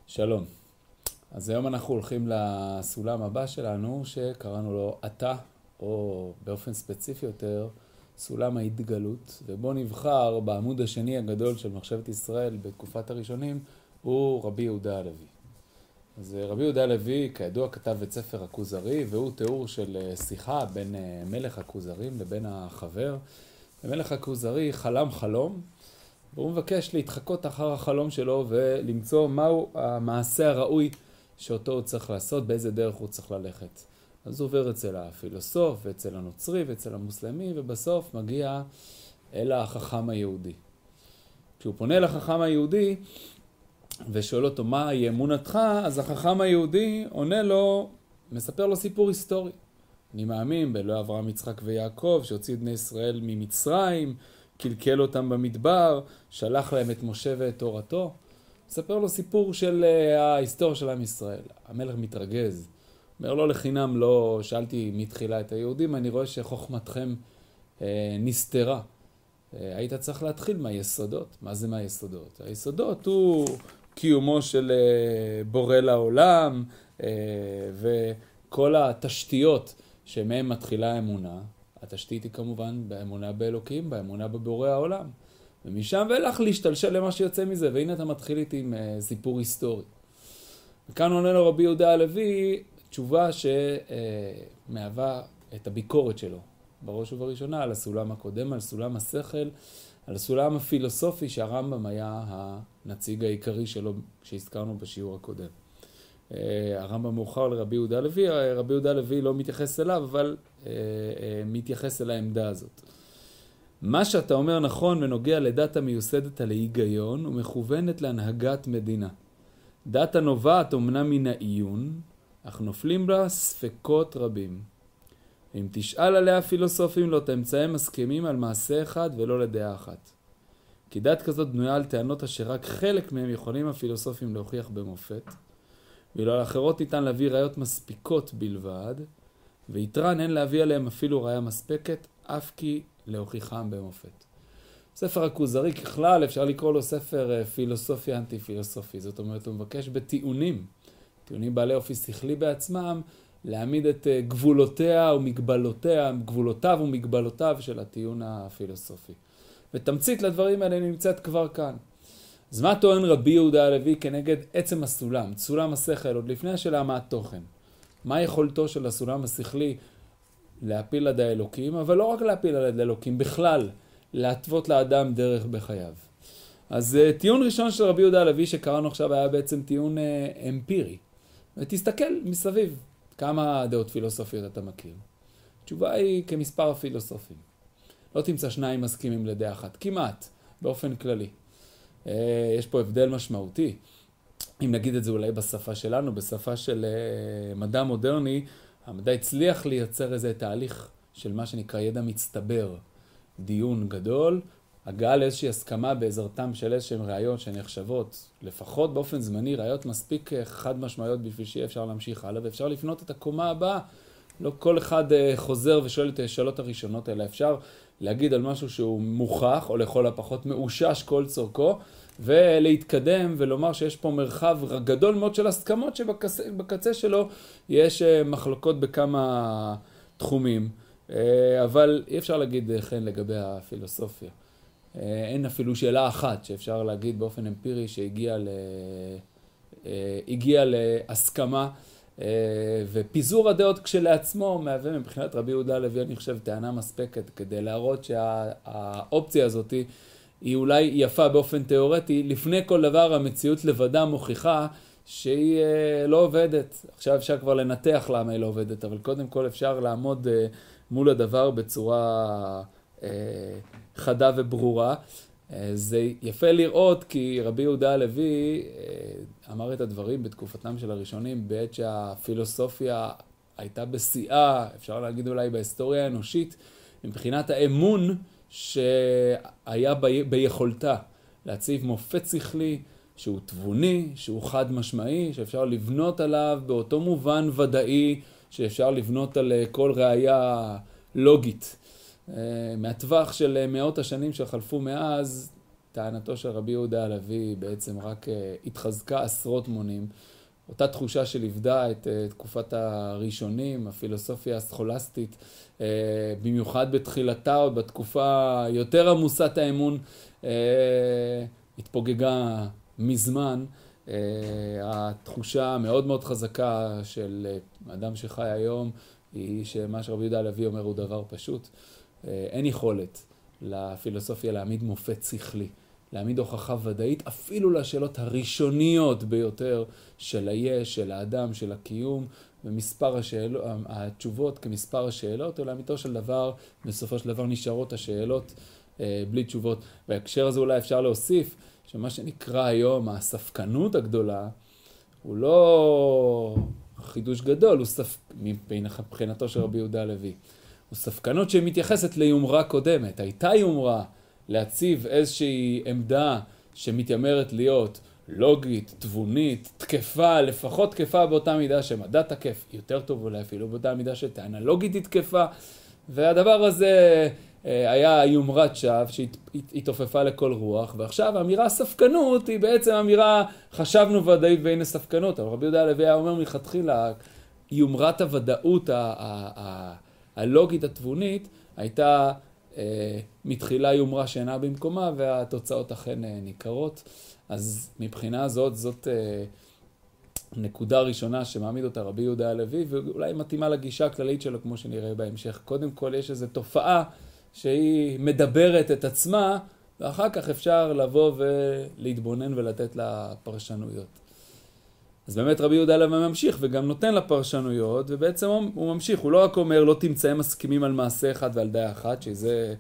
שלום. אז היום אנחנו הולכים לסולם הבא שלנו, שקראנו לו אתה, או באופן ספציפי יותר, סולם ההתגלות, ובו נבחר בעמוד השני הגדול של מחשבת ישראל בתקופת הראשונים, הוא רבי יהודה הלוי. אז רבי יהודה הלוי, כידוע, כתב את ספר הכוזרי, והוא תיאור של שיחה בין מלך הכוזרים לבין החבר. ומלך הכוזרי חלם חלום, והוא מבקש להתחקות אחר החלום שלו ולמצוא מהו המעשה הראוי שאותו הוא צריך לעשות, באיזה דרך הוא צריך ללכת. אז הוא עובר אצל הפילוסוף, ואצל הנוצרי, ואצל המוסלמי, ובסוף מגיע אל החכם היהודי. כשהוא פונה לחכם היהודי ושואל אותו מהי אמונתך, אז החכם היהודי עונה לו, מספר לו סיפור היסטורי. אני מאמין באלוהי אברהם, יצחק ויעקב, שהוציא את בני ישראל ממצרים, קלקל אותם במדבר, שלח להם את משה ואת תורתו. מספר לו סיפור של ההיסטוריה של עם ישראל. המלך מתרגז. אומר לו לחינם, לא שאלתי מתחילה את היהודים, אני רואה שחוכמתכם נסתרה. היית צריך להתחיל מהיסודות. מה זה מהיסודות? היסודות הוא קיומו של בורא לעולם, וכל התשתיות שמהם מתחילה האמונה. התשתית היא כמובן באמונה באלוקים, באמונה בבורא העולם. ומשם ואילך להשתלשל למה שיוצא מזה, והנה אתה מתחיל איתי עם סיפור היסטורי. וכאן עונה לו רבי יהודה הלוי תשובה שמהווה את הביקורת שלו, בראש ובראשונה על הסולם הקודם, על סולם השכל, על הסולם הפילוסופי שהרמב"ם היה הנציג העיקרי שלו שהזכרנו בשיעור הקודם. הרמב"ם מאוחר לרבי יהודה הלוי, רבי יהודה הלוי לא מתייחס אליו, אבל מתייחס אל העמדה הזאת. מה שאתה אומר נכון ונוגע לדת המיוסדת על ההיגיון ומכוונת להנהגת מדינה. דת הנובעת אומנם מן העיון, אך נופלים בה ספקות רבים. אם תשאל עליה פילוסופים לא תמצא מסכימים על מעשה אחד ולא לדעה אחת. כי דת כזאת בנויה על טענות אשר רק חלק מהם יכולים הפילוסופים להוכיח במופת, ואילו על אחרות ניתן להביא ראיות מספיקות בלבד, ויתרן אין להביא עליהם אפילו ראיה מספקת, אף כי להוכיחם במופת. ספר הכוזרי ככלל אפשר לקרוא לו ספר פילוסופי אנטי-פילוסופי. זאת אומרת, הוא מבקש בטיעונים, טיעונים בעלי אופי שכלי בעצמם, להעמיד את גבולותיו ומגבלותיו של הטיעון הפילוסופי. ותמצית לדברים האלה נמצאת כבר כאן. אז מה טוען רבי יהודה הלוי כנגד עצם הסולם, סולם השכל, עוד לפני השאלה מה התוכן? מה יכולתו של הסולם השכלי להפיל עד האלוקים, אבל לא רק להפיל עד האלוקים, בכלל להתוות לאדם דרך בחייו. אז טיעון ראשון של רבי יהודה הלוי שקראנו עכשיו היה בעצם טיעון אמפירי. ותסתכל מסביב, כמה דעות פילוסופיות אתה מכיר? התשובה היא כמספר הפילוסופים. לא תמצא שניים מסכימים לדעה אחת, כמעט, באופן כללי. יש פה הבדל משמעותי. אם נגיד את זה אולי בשפה שלנו, בשפה של מדע מודרני, המדע הצליח לייצר איזה תהליך של מה שנקרא ידע מצטבר, דיון גדול, הגעה לאיזושהי הסכמה בעזרתם של איזשהם ראיות שנחשבות, לפחות באופן זמני, ראיות מספיק חד משמעיות בשביל שיהיה אפשר להמשיך הלאה, ואפשר לפנות את הקומה הבאה. לא כל אחד חוזר ושואל את השאלות הראשונות, אלא אפשר להגיד על משהו שהוא מוכח, או לכל הפחות מאושש כל צורכו, ולהתקדם ולומר שיש פה מרחב גדול מאוד של הסכמות שבקצה שלו יש מחלוקות בכמה תחומים, אבל אי אפשר להגיד כן לגבי הפילוסופיה. אין אפילו שאלה אחת שאפשר להגיד באופן אמפירי שהגיע להסכמה, ופיזור הדעות כשלעצמו מהווה מבחינת רבי יהודה הלוי, אני חושב, טענה מספקת כדי להראות שהאופציה הזאת היא אולי יפה באופן תיאורטי. לפני כל דבר המציאות לבדה מוכיחה שהיא לא עובדת. עכשיו אפשר כבר לנתח למה היא לא עובדת, אבל קודם כל אפשר לעמוד מול הדבר בצורה חדה וברורה. זה יפה לראות כי רבי יהודה הלוי אמר את הדברים בתקופתם של הראשונים, בעת שהפילוסופיה הייתה בשיאה, אפשר להגיד אולי בהיסטוריה האנושית, מבחינת האמון שהיה ביכולתה להציב מופת שכלי שהוא תבוני, שהוא חד משמעי, שאפשר לבנות עליו באותו מובן ודאי, שאפשר לבנות על כל ראייה לוגית. מהטווח של מאות השנים שחלפו מאז, טענתו של רבי יהודה הלוי בעצם רק התחזקה עשרות מונים. אותה תחושה שליוותה את תקופת הראשונים, הפילוסופיה הסכולסטית, במיוחד בתחילתה עוד בתקופה יותר עמוסת האמון, התפוגגה מזמן. התחושה מאוד מאוד חזקה של אדם שחי היום היא שמה שרבי יהודה הלוי אומר הוא דבר פשוט. אין יכולת לפילוסופיה להעמיד מופת שכלי, להעמיד הוכחה ודאית אפילו לשאלות הראשוניות ביותר של היש, של האדם, של הקיום, ומספר התשובות כמספר השאלות, ולאמיתו של דבר, בסופו של דבר נשארות השאלות בלי תשובות. בהקשר הזה אולי אפשר להוסיף שמה שנקרא היום הספקנות הגדולה, הוא לא חידוש גדול, הוא מבחינתו של רבי יהודה הלוי. הוא ספקנות שמתייחסת ליומרה קודמת. הייתה יומרה להציב איזושהי עמדה שמתיימרת להיות לוגית, תבונית, תקפה, לפחות תקפה באותה מידה שמדע תקף, יותר טוב אולי אפילו באותה מידה שטענה לוגית היא תקפה, והדבר הזה היה יומרת שווא שהתעופפה לכל רוח, ועכשיו האמירה הספקנות היא בעצם אמירה חשבנו ודאית והנה ספקנות, אבל רבי יהודה הלוי היה אומר מלכתחילה, יומרת הוודאות הלוגית התבונית הייתה מתחילה יומרה שאינה במקומה, והתוצאות אכן ניכרות. אז מבחינה זאת נקודה ראשונה שמעמיד אותה רבי יהודה הלוי, ואולי מתאימה לגישה הכללית שלו כמו שנראה בהמשך. קודם כל יש איזו תופעה שהיא מדברת את עצמה, ואחר כך אפשר לבוא ולהתבונן ולתת לה פרשנויות. אז באמת רבי יהודה הלוי ממשיך וגם נותן לה פרשנויות, ובעצם הוא ממשיך, הוא לא רק אומר לא תמצא מסכימים על מעשה אחד ועל דעה אחת, שזה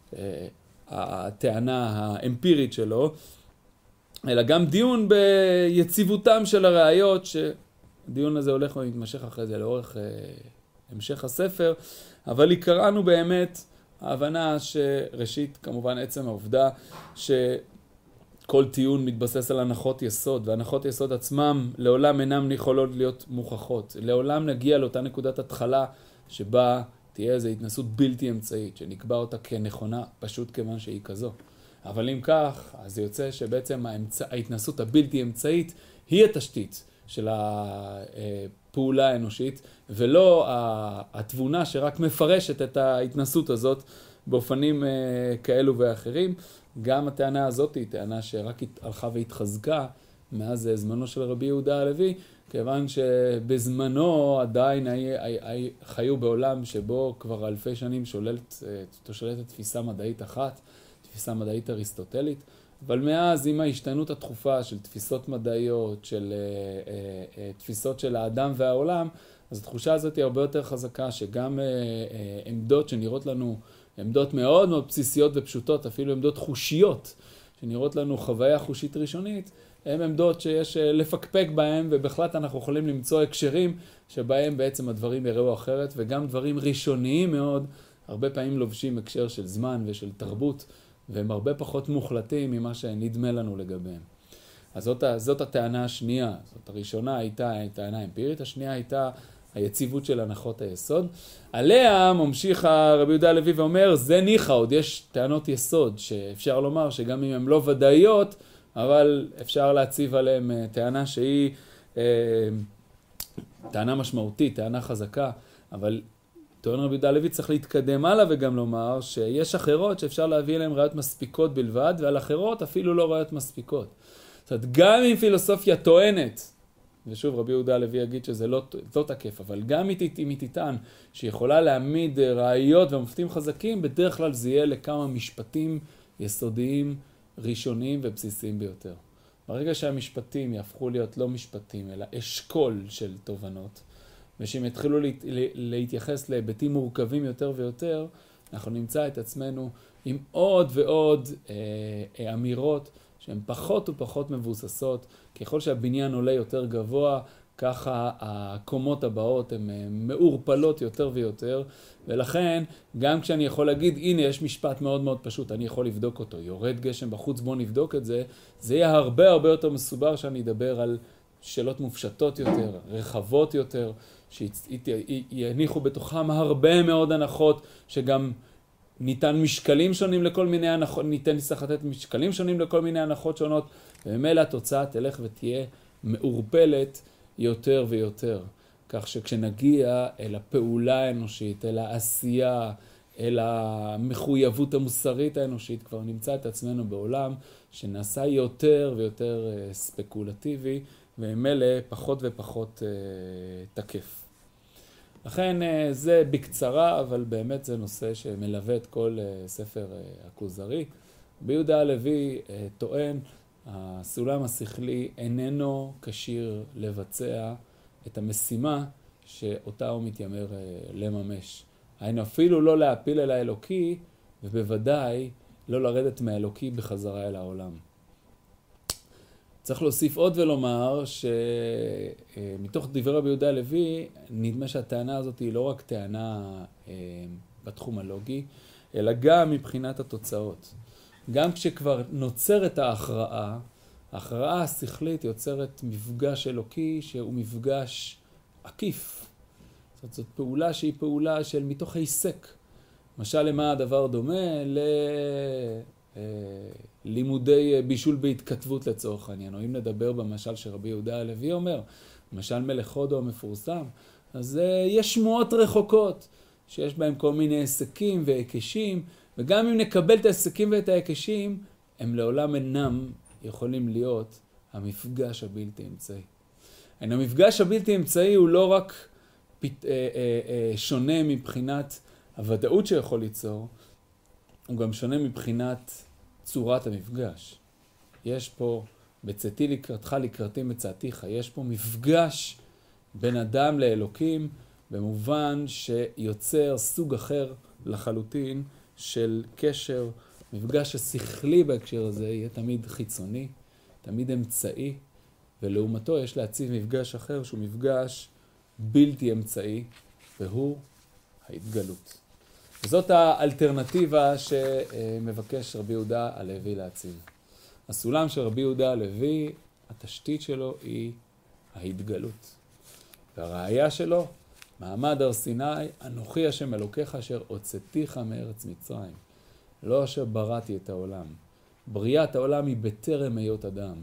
הטענה האמפירית שלו, אלא גם דיון ביציבותם של הראיות, שהדיון הזה הולך ומתמשך אחרי זה לאורך המשך הספר, אבל עיקרנו באמת ההבנה שראשית כמובן עצם העובדה שכל טיעון מתבסס על הנחות יסוד, והנחות יסוד עצמם לעולם אינם יכולות להיות מוכחות. לעולם נגיע לאותה נקודת התחלה שבה תהיה איזו התנסות בלתי אמצעית, שנקבע אותה כנכונה פשוט כיוון שהיא כזו. אבל אם כך, אז זה יוצא שבעצם ההתנסות הבלתי אמצעית היא התשתית של הפעולה האנושית, ולא התבונה שרק מפרשת את ההתנסות הזאת באופנים כאלו ואחרים. גם הטענה הזאת היא טענה שרק הלכה והתחזקה מאז זמנו של רבי יהודה הלוי, כיוון שבזמנו עדיין חיו בעולם שבו כבר אלפי שנים שולטת תפיסה מדעית אחת, תפיסה מדעית אריסטוטלית, אבל מאז עם ההשתנות התכופה של תפיסות מדעיות, של תפיסות של האדם והעולם, אז התחושה הזאת היא הרבה יותר חזקה, שגם עמדות שנראות לנו, עמדות מאוד מאוד בסיסיות ופשוטות, אפילו עמדות חושיות, שנראות לנו חוויה חושית ראשונית, הן עמדות שיש לפקפק בהן, ובכלל אנחנו יכולים למצוא הקשרים שבהם בעצם הדברים יראו אחרת, וגם דברים ראשוניים מאוד, הרבה פעמים לובשים הקשר של זמן ושל תרבות, והם הרבה פחות מוחלטים ממה שנדמה לנו לגביהם. אז זאת הטענה השנייה. זאת הראשונה הייתה טענה אמפירית, השנייה הייתה היציבות של הנחות היסוד. עליה ממשיך רבי יהודה הלוי ואומר, זה ניחא, עוד יש טענות יסוד שאפשר לומר שגם אם הן לא ודאיות, אבל אפשר להציב עליהן טענה שהיא טענה משמעותית, טענה חזקה, אבל טוען רבי יהודה הלוי צריך להתקדם הלאה וגם לומר שיש אחרות שאפשר להביא אליהן ראיות מספיקות בלבד, ועל אחרות אפילו לא ראיות מספיקות. זאת אומרת, גם אם פילוסופיה טוענת, ושוב רבי יהודה הלוי יגיד שזה לא תקף, אבל גם אם היא תטען שיכולה להעמיד ראיות ומופתים חזקים, בדרך כלל זה יהיה לכמה משפטים יסודיים, ראשוניים ובסיסיים ביותר. ברגע שהמשפטים יהפכו להיות לא משפטים, אלא אשכול של תובנות, ושהם יתחילו להתייחס להיבטים מורכבים יותר ויותר, אנחנו נמצא את עצמנו עם עוד ועוד אמירות שהן פחות ופחות מבוססות. ככל שהבניין עולה יותר גבוה, ככה הקומות הבאות הן מעורפלות יותר ויותר, ולכן גם כשאני יכול להגיד, הנה יש משפט מאוד מאוד פשוט, אני יכול לבדוק אותו, יורד גשם בחוץ, בוא נבדוק את זה, זה יהיה הרבה הרבה יותר מסובר שאני אדבר על שאלות מופשטות יותר, רחבות יותר, שיניחו בתוכם הרבה מאוד הנחות שגם ניתן משקלים שונים לכל מיני הנחות, צריך לתת משקלים שונים לכל מיני הנחות שונות, וממילא התוצאה תלך ותהיה מעורפלת יותר ויותר. כך שכשנגיע אל הפעולה האנושית, אל העשייה, אל המחויבות המוסרית האנושית, כבר נמצא את עצמנו בעולם שנעשה יותר ויותר ספקולטיבי, וממילא פחות ופחות תקף. לכן זה בקצרה, אבל באמת זה נושא שמלווה את כל ספר הכוזרי. רבי יהודה הלוי טוען, הסולם השכלי איננו כשיר לבצע את המשימה שאותה הוא מתיימר לממש. היינו אפילו לא להפיל אל האלוקי, ובוודאי לא לרדת מהאלוקי בחזרה אל העולם. צריך להוסיף עוד ולומר שמתוך דברי רבי יהודה הלוי, נדמה שהטענה הזאת היא לא רק טענה בתחום הלוגי, אלא גם מבחינת התוצאות. גם כשכבר נוצרת ההכרעה, ההכרעה השכלית יוצרת מפגש אלוקי שהוא מפגש עקיף. זאת פעולה שהיא פעולה של מתוך היסק. למשל, למה הדבר דומה? ללימודי בישול בהתכתבות לצורך העניין. או אם נדבר במשל שרבי יהודה הלוי אומר, למשל מלך הודו המפורסם, אז יש שמועות רחוקות שיש בהם כל מיני היסקים והיקשים, וגם אם נקבל את ההיסקים ואת ההיקשים, הם לעולם אינם יכולים להיות המפגש הבלתי אמצעי. המפגש הבלתי אמצעי הוא לא רק שונה מבחינת הוודאות שיכול ליצור, הוא גם שונה מבחינת צורת המפגש. יש פה, בצאתי לקראתך לקראתי מצאתיך, יש פה מפגש בין אדם לאלוקים, במובן שיוצר סוג אחר לחלוטין של קשר. מפגש השכלי בהקשר הזה יהיה תמיד חיצוני, תמיד אמצעי, ולעומתו יש להציב מפגש אחר שהוא מפגש בלתי אמצעי, והוא ההתגלות. וזאת האלטרנטיבה שמבקש רבי יהודה הלוי להציב. הסולם של רבי יהודה הלוי, התשתית שלו היא ההתגלות. והראיה שלו, מעמד הר סיני, אנוכי השם אלוקיך אשר הוצאתיך מארץ מצרים. לא אשר בראתי את העולם. בריאת העולם היא בטרם היות אדם.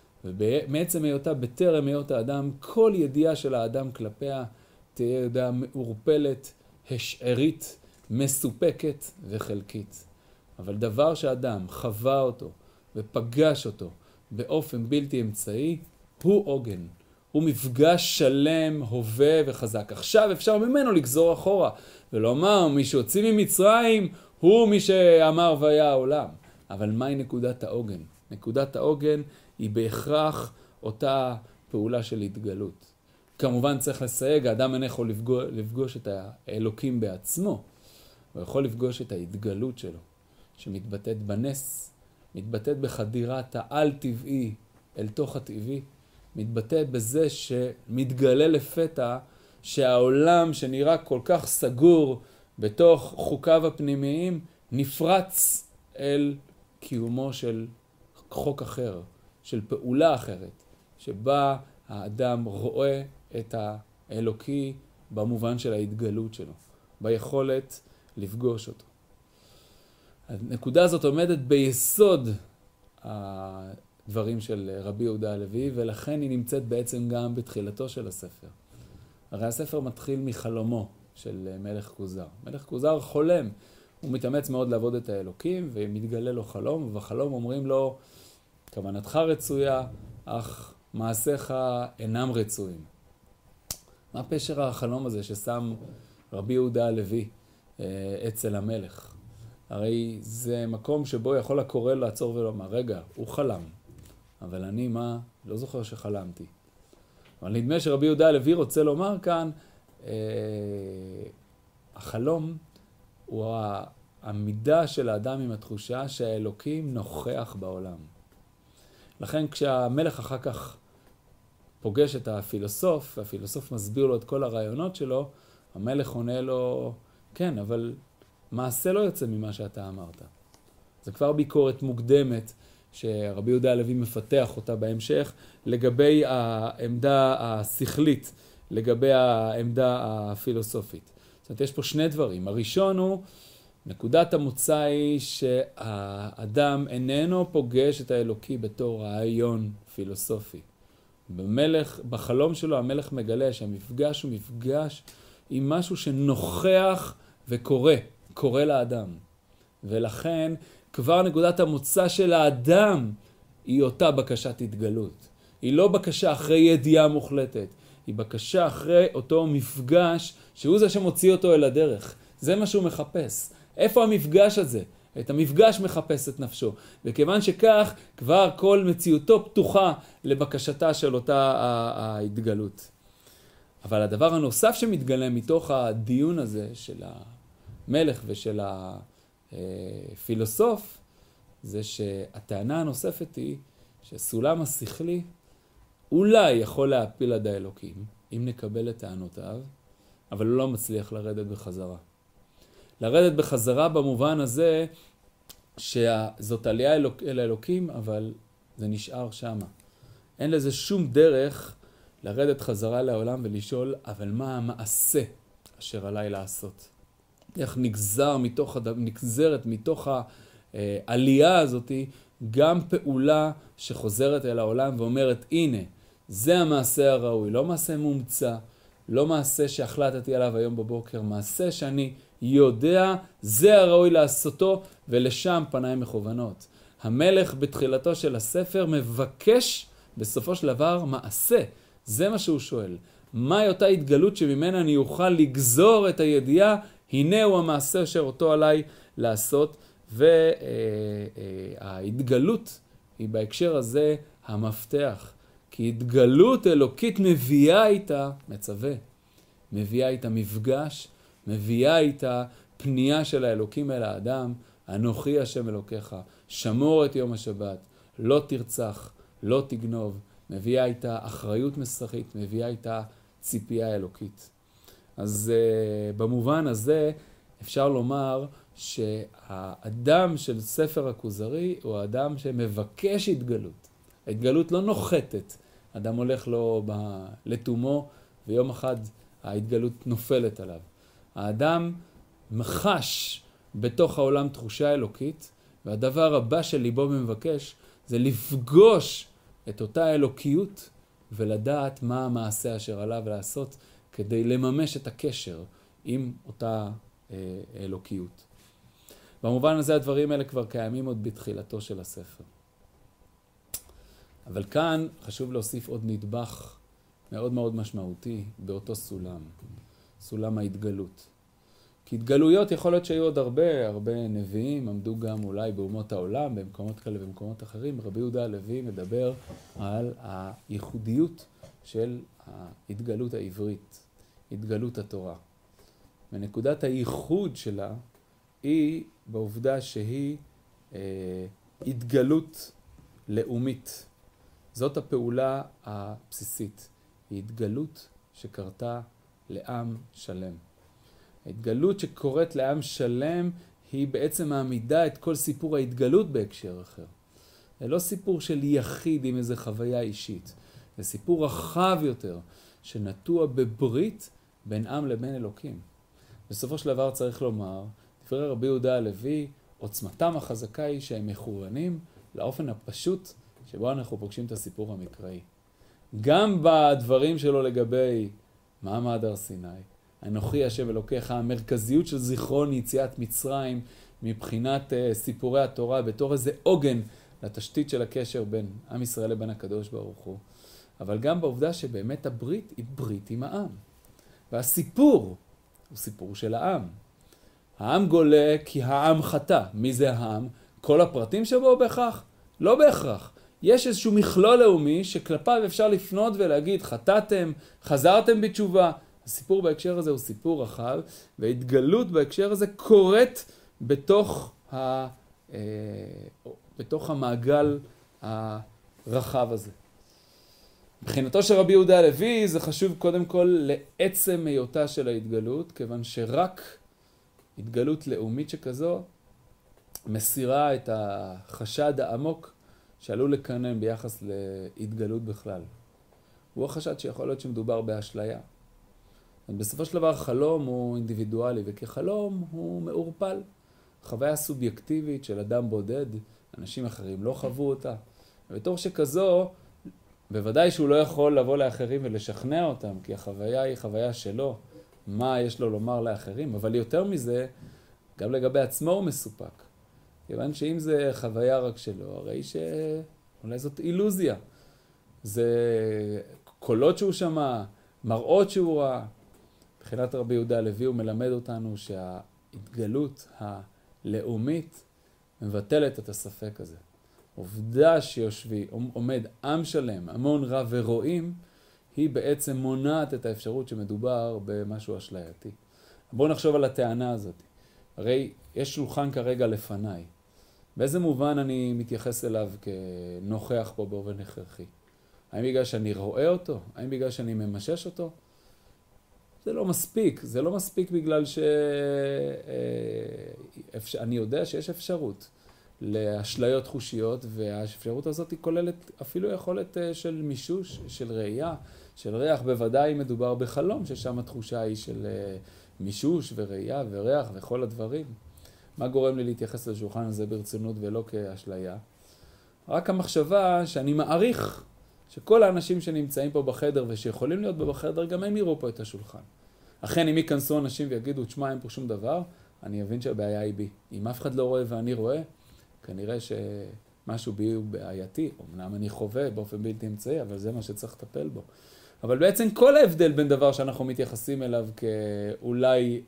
ומעצם היותה בטרם היות האדם, כל ידיעה של האדם כלפיה תהיה ידיעה מעורפלת, השערית, מסופקת וחלקית. אבל דבר שאדם חווה אותו ופגש אותו באופן בלתי אמצעי, הוא עוגן. הוא מפגש שלם, הווה וחזק. עכשיו אפשר ממנו לגזור אחורה, ולומר, מי שהוציא ממצרים הוא מי שאמר והיה העולם. אבל מהי נקודת העוגן? נקודת העוגן היא בהכרח אותה פעולה של התגלות. כמובן צריך לסייג, האדם אינו יכול לפגוש את האלוקים בעצמו, הוא יכול לפגוש את ההתגלות שלו, שמתבטאת בנס, מתבטאת בחדירת העל-טבעי אל תוך הטבעי, מתבטאת בזה שמתגלה לפתע שהעולם שנראה כל כך סגור בתוך חוקיו הפנימיים, נפרץ אל קיומו של חוק אחר, של פעולה אחרת, שבה האדם רואה את האלוקי במובן של ההתגלות שלו, ביכולת לפגוש אותו. הנקודה הזאת עומדת ביסוד הדברים של רבי יהודה הלוי, ולכן היא נמצאת בעצם גם בתחילתו של הספר. הרי הספר מתחיל מחלומו של מלך כוזר. מלך כוזר חולם, הוא מתאמץ מאוד לעבוד את האלוקים, ומתגלה לו חלום, ובחלום אומרים לו, כוונתך רצויה, אך מעשיך אינם רצויים. מה פשר החלום הזה ששם רבי יהודה הלוי אצל המלך? הרי זה מקום שבו יכול הקורא לעצור ולומר, רגע, הוא חלם, אבל אני מה? לא זוכר שחלמתי. אבל נדמה שרבי יהודה הלוי רוצה לומר כאן, החלום הוא העמידה של האדם עם התחושה שהאלוקים נוכח בעולם. לכן כשהמלך אחר כך פוגש את הפילוסוף, והפילוסוף מסביר לו את כל הרעיונות שלו, המלך עונה לו, כן, אבל מעשה לא יוצא ממה שאתה אמרת. זה כבר ביקורת מוקדמת שרבי יהודה הלוי מפתח אותה בהמשך, לגבי העמדה השכלית, לגבי העמדה הפילוסופית. זאת אומרת, יש פה שני דברים. הראשון הוא נקודת המוצא היא שהאדם איננו פוגש את האלוקי בתור רעיון פילוסופי. בחלום שלו המלך מגלה שהמפגש הוא מפגש עם משהו שנוכח וקורא לאדם. ולכן כבר נקודת המוצא של האדם היא אותה בקשת התגלות. היא לא בקשה אחרי ידיעה מוחלטת, היא בקשה אחרי אותו מפגש שהוא זה שמוציא אותו אל הדרך. זה מה שהוא מחפש. איפה המפגש הזה? את המפגש מחפש את נפשו. וכיוון שכך, כבר כל מציאותו פתוחה לבקשתה של אותה ההתגלות. אבל הדבר הנוסף שמתגלה מתוך הדיון הזה של המלך ושל הפילוסוף, זה שהטענה הנוספת היא שסולם השכלי אולי יכול להפיל עד האלוקים, אם נקבל את טענותיו, אבל הוא לא מצליח לרדת בחזרה. לרדת בחזרה במובן הזה שזאת עלייה אל האלוקים, אבל זה נשאר שמה. אין לזה שום דרך לרדת חזרה לעולם ולשאול, אבל מה המעשה אשר עליי לעשות? איך נגזרת מתוך העלייה הזאת גם פעולה שחוזרת אל העולם ואומרת, הנה, זה המעשה הראוי, לא מעשה מומצא, לא מעשה שהחלטתי עליו היום בבוקר, מעשה שאני יודע, זה הראוי לעשותו, ולשם פניי מכוונות. המלך בתחילתו של הספר מבקש בסופו של דבר מעשה. זה מה שהוא שואל. מהי אותה התגלות שממנה אני אוכל לגזור את הידיעה? הנה הוא המעשה אשר אותו עליי לעשות. וההתגלות היא בהקשר הזה המפתח. כי התגלות אלוקית מביאה איתה מצווה. מביאה איתה מפגש, מביאה איתה פנייה של האלוקים אל האדם. אנוכי השם אלוקיך, שמור את יום השבת, לא תרצח, לא תגנוב. מביאה איתה אחריות מסכית, מביאה איתה ציפייה אלוקית. אז במובן הזה אפשר לומר שהאדם של ספר הכוזרי הוא האדם שמבקש התגלות. ההתגלות לא נוחתת. אדם הולך לו לתומו ויום אחד ההתגלות נופלת עליו. האדם מחש בתוך העולם תחושה אלוקית, והדבר הבא שליבו מבקש זה לפגוש את אותה אלוקיות ולדעת מה המעשה אשר עליו לעשות כדי לממש את הקשר עם אותה אלוקיות. במובן הזה הדברים האלה כבר קיימים עוד בתחילתו של הספר. אבל כאן חשוב להוסיף עוד נדבך מאוד מאוד משמעותי באותו סולם, סולם ההתגלות. כי התגלויות יכול להיות שהיו עוד הרבה נביאים, עמדו גם אולי באומות העולם, במקומות כאלה ובמקומות אחרים. רבי יהודה הלוי מדבר על הייחודיות של ההתגלות העברית, התגלות התורה. ונקודת הייחוד שלה היא בעובדה שהיא התגלות לאומית. זאת הפעולה הבסיסית. היא התגלות שקרתה לעם שלם. ההתגלות שקורית לעם שלם היא בעצם מעמידה את כל סיפור ההתגלות בהקשר אחר. זה לא סיפור של יחיד עם איזו חוויה אישית. זה סיפור רחב יותר שנטוע בברית בין עם לבין אלוקים. בסופו של דבר צריך לומר, דברי רבי יהודה הלוי, עוצמתם החזקה היא שהם מכוונים לאופן הפשוט שבו אנחנו פוגשים את הסיפור המקראי. גם בדברים שלו לגבי מעמד הר סיני, אנוכי השם אלוקיך, המרכזיות של זיכרון יציאת מצרים מבחינת סיפורי התורה בתור איזה עוגן לתשתית של הקשר בין עם ישראל לבין הקדוש ברוך הוא. אבל גם בעובדה שבאמת הברית היא ברית עם העם. והסיפור הוא סיפור של העם. העם גולה כי העם חטא. מי זה העם? כל הפרטים שבו בהכרח? לא בהכרח. יש איזשהו מכלול לאומי שכלפיו אפשר לפנות ולהגיד חטאתם, חזרתם בתשובה. הסיפור בהקשר הזה הוא סיפור רחב, וההתגלות בהקשר הזה קורית בתוך המעגל הרחב הזה. מבחינתו של רבי יהודה הלוי זה חשוב קודם כל לעצם היותה של ההתגלות, כיוון שרק התגלות לאומית שכזו מסירה את החשד העמוק שעלול לקנן ביחס להתגלות בכלל. הוא החשד שיכול להיות שמדובר באשליה. בסופו של דבר חלום הוא אינדיבידואלי, וכחלום הוא מעורפל. חוויה סובייקטיבית של אדם בודד, אנשים אחרים לא חוו אותה. ובתור שכזו, בוודאי שהוא לא יכול לבוא לאחרים ולשכנע אותם, כי החוויה היא חוויה שלו, מה יש לו לומר לאחרים, אבל יותר מזה, גם לגבי עצמו הוא מסופק. כיוון שאם זה חוויה רק שלו, הרי שאולי זאת אילוזיה. זה קולות שהוא שמע, מראות שהוא ראה. מבחינת רבי יהודה הלוי הוא מלמד אותנו שההתגלות הלאומית מבטלת את הספק הזה. עובדה שיושבי, עומד עם שלם, המון רב ורואים, היא בעצם מונעת את האפשרות שמדובר במשהו אשלייתי. בואו נחשוב על הטענה הזאת. הרי יש שולחן כרגע לפניי. באיזה מובן אני מתייחס אליו כנוכח פה באופן הכרחי? האם בגלל שאני רואה אותו? האם בגלל שאני ממשש אותו? זה לא מספיק. זה לא מספיק בגלל שאני יודע שיש אפשרות לאשליות חושיות, והאפשרות הזאת היא כוללת אפילו יכולת של מישוש, של ראייה, של ריח. בוודאי מדובר בחלום, ששם התחושה היא של מישוש וראייה וריח וכל הדברים. מה גורם לי להתייחס לשולחן הזה ברצינות ולא כאשליה? רק המחשבה שאני מעריך שכל האנשים שנמצאים פה בחדר ושיכולים להיות בחדר, גם הם יראו פה את השולחן. אכן, אם ייכנסו אנשים ויגידו, תשמע, אין פה שום דבר, אני אבין שהבעיה היא בי. אם אף אחד לא רואה ואני רואה, כנראה שמשהו בי הוא בעייתי. אמנם אני חווה באופן בלתי אמצעי, אבל זה מה שצריך לטפל בו. אבל בעצם כל ההבדל בין דבר שאנחנו מתייחסים אליו כאולי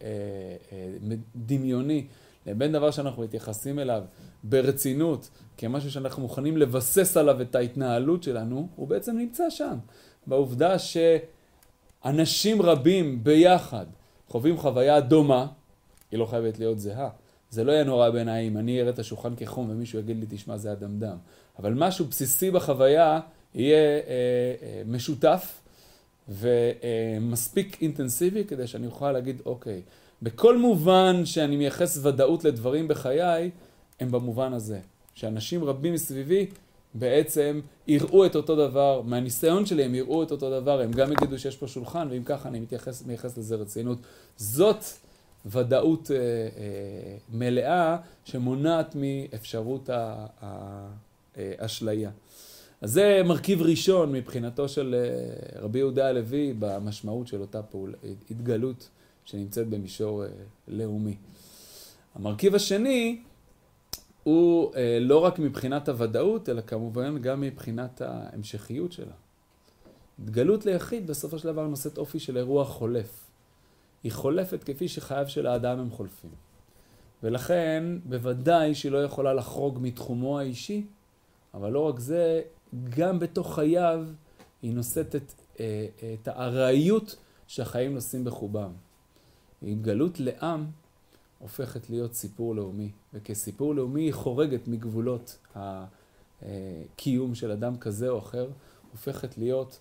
דמיוני, לבין דבר שאנחנו מתייחסים אליו ברצינות, כמשהו שאנחנו מוכנים לבסס עליו את ההתנהלות שלנו, הוא בעצם נמצא שם. בעובדה שאנשים רבים ביחד חווים חוויה דומה, היא לא חייבת להיות זהה. זה לא יהיה נורא בעיניי אם אני אראה את השולחן כחום ומישהו יגיד לי, תשמע, זה אדם. אבל משהו בסיסי בחוויה יהיה משותף ומספיק אינטנסיבי כדי שאני אוכל להגיד, אוקיי, בכל מובן שאני מייחס ודאות לדברים בחיי, הם במובן הזה. שאנשים רבים מסביבי בעצם יראו את אותו דבר, מהניסיון שלי הם יראו את אותו דבר, הם גם יגידו שיש פה שולחן, ואם ככה אני מייחס לזה רצינות. זאת ודאות מלאה שמונעת מאפשרות האשליה. אז זה מרכיב ראשון מבחינתו של רבי יהודה הלוי במשמעות של אותה התגלות שנמצאת במישור לאומי. המרכיב השני הוא לא רק מבחינת הוודאות, אלא כמובן גם מבחינת ההמשכיות שלה. התגלות ליחיד בסופו של דבר נושאת אופי של אירוע חולף. היא חולפת כפי שחייו של האדם הם חולפים. ולכן בוודאי שהיא לא יכולה לחרוג מתחומו האישי, אבל לא רק זה, גם בתוך חייו היא נושאת את הארעיות שהחיים נושאים בחובם. התגלות לעם הופכת להיות סיפור לאומי, וכסיפור לאומי היא חורגת מגבולות הקיום של אדם כזה או אחר, הופכת להיות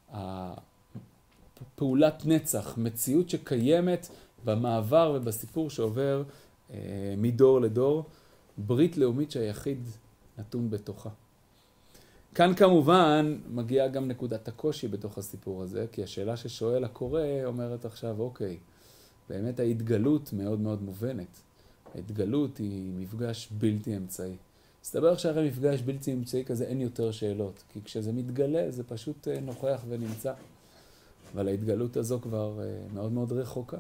פעולת נצח, מציאות שקיימת במעבר ובסיפור שעובר מדור לדור, ברית לאומית שהיחיד נתון בתוכה. כאן כמובן מגיעה גם נקודת הקושי בתוך הסיפור הזה, כי השאלה ששואל הקורא אומרת עכשיו, אוקיי, באמת ההתגלות מאוד מאוד מובנת. ההתגלות היא מפגש בלתי אמצעי. מסתבר שהרי מפגש בלתי אמצעי כזה אין יותר שאלות, כי כשזה מתגלה זה פשוט נוכח ונמצא. אבל ההתגלות הזו כבר מאוד מאוד רחוקה.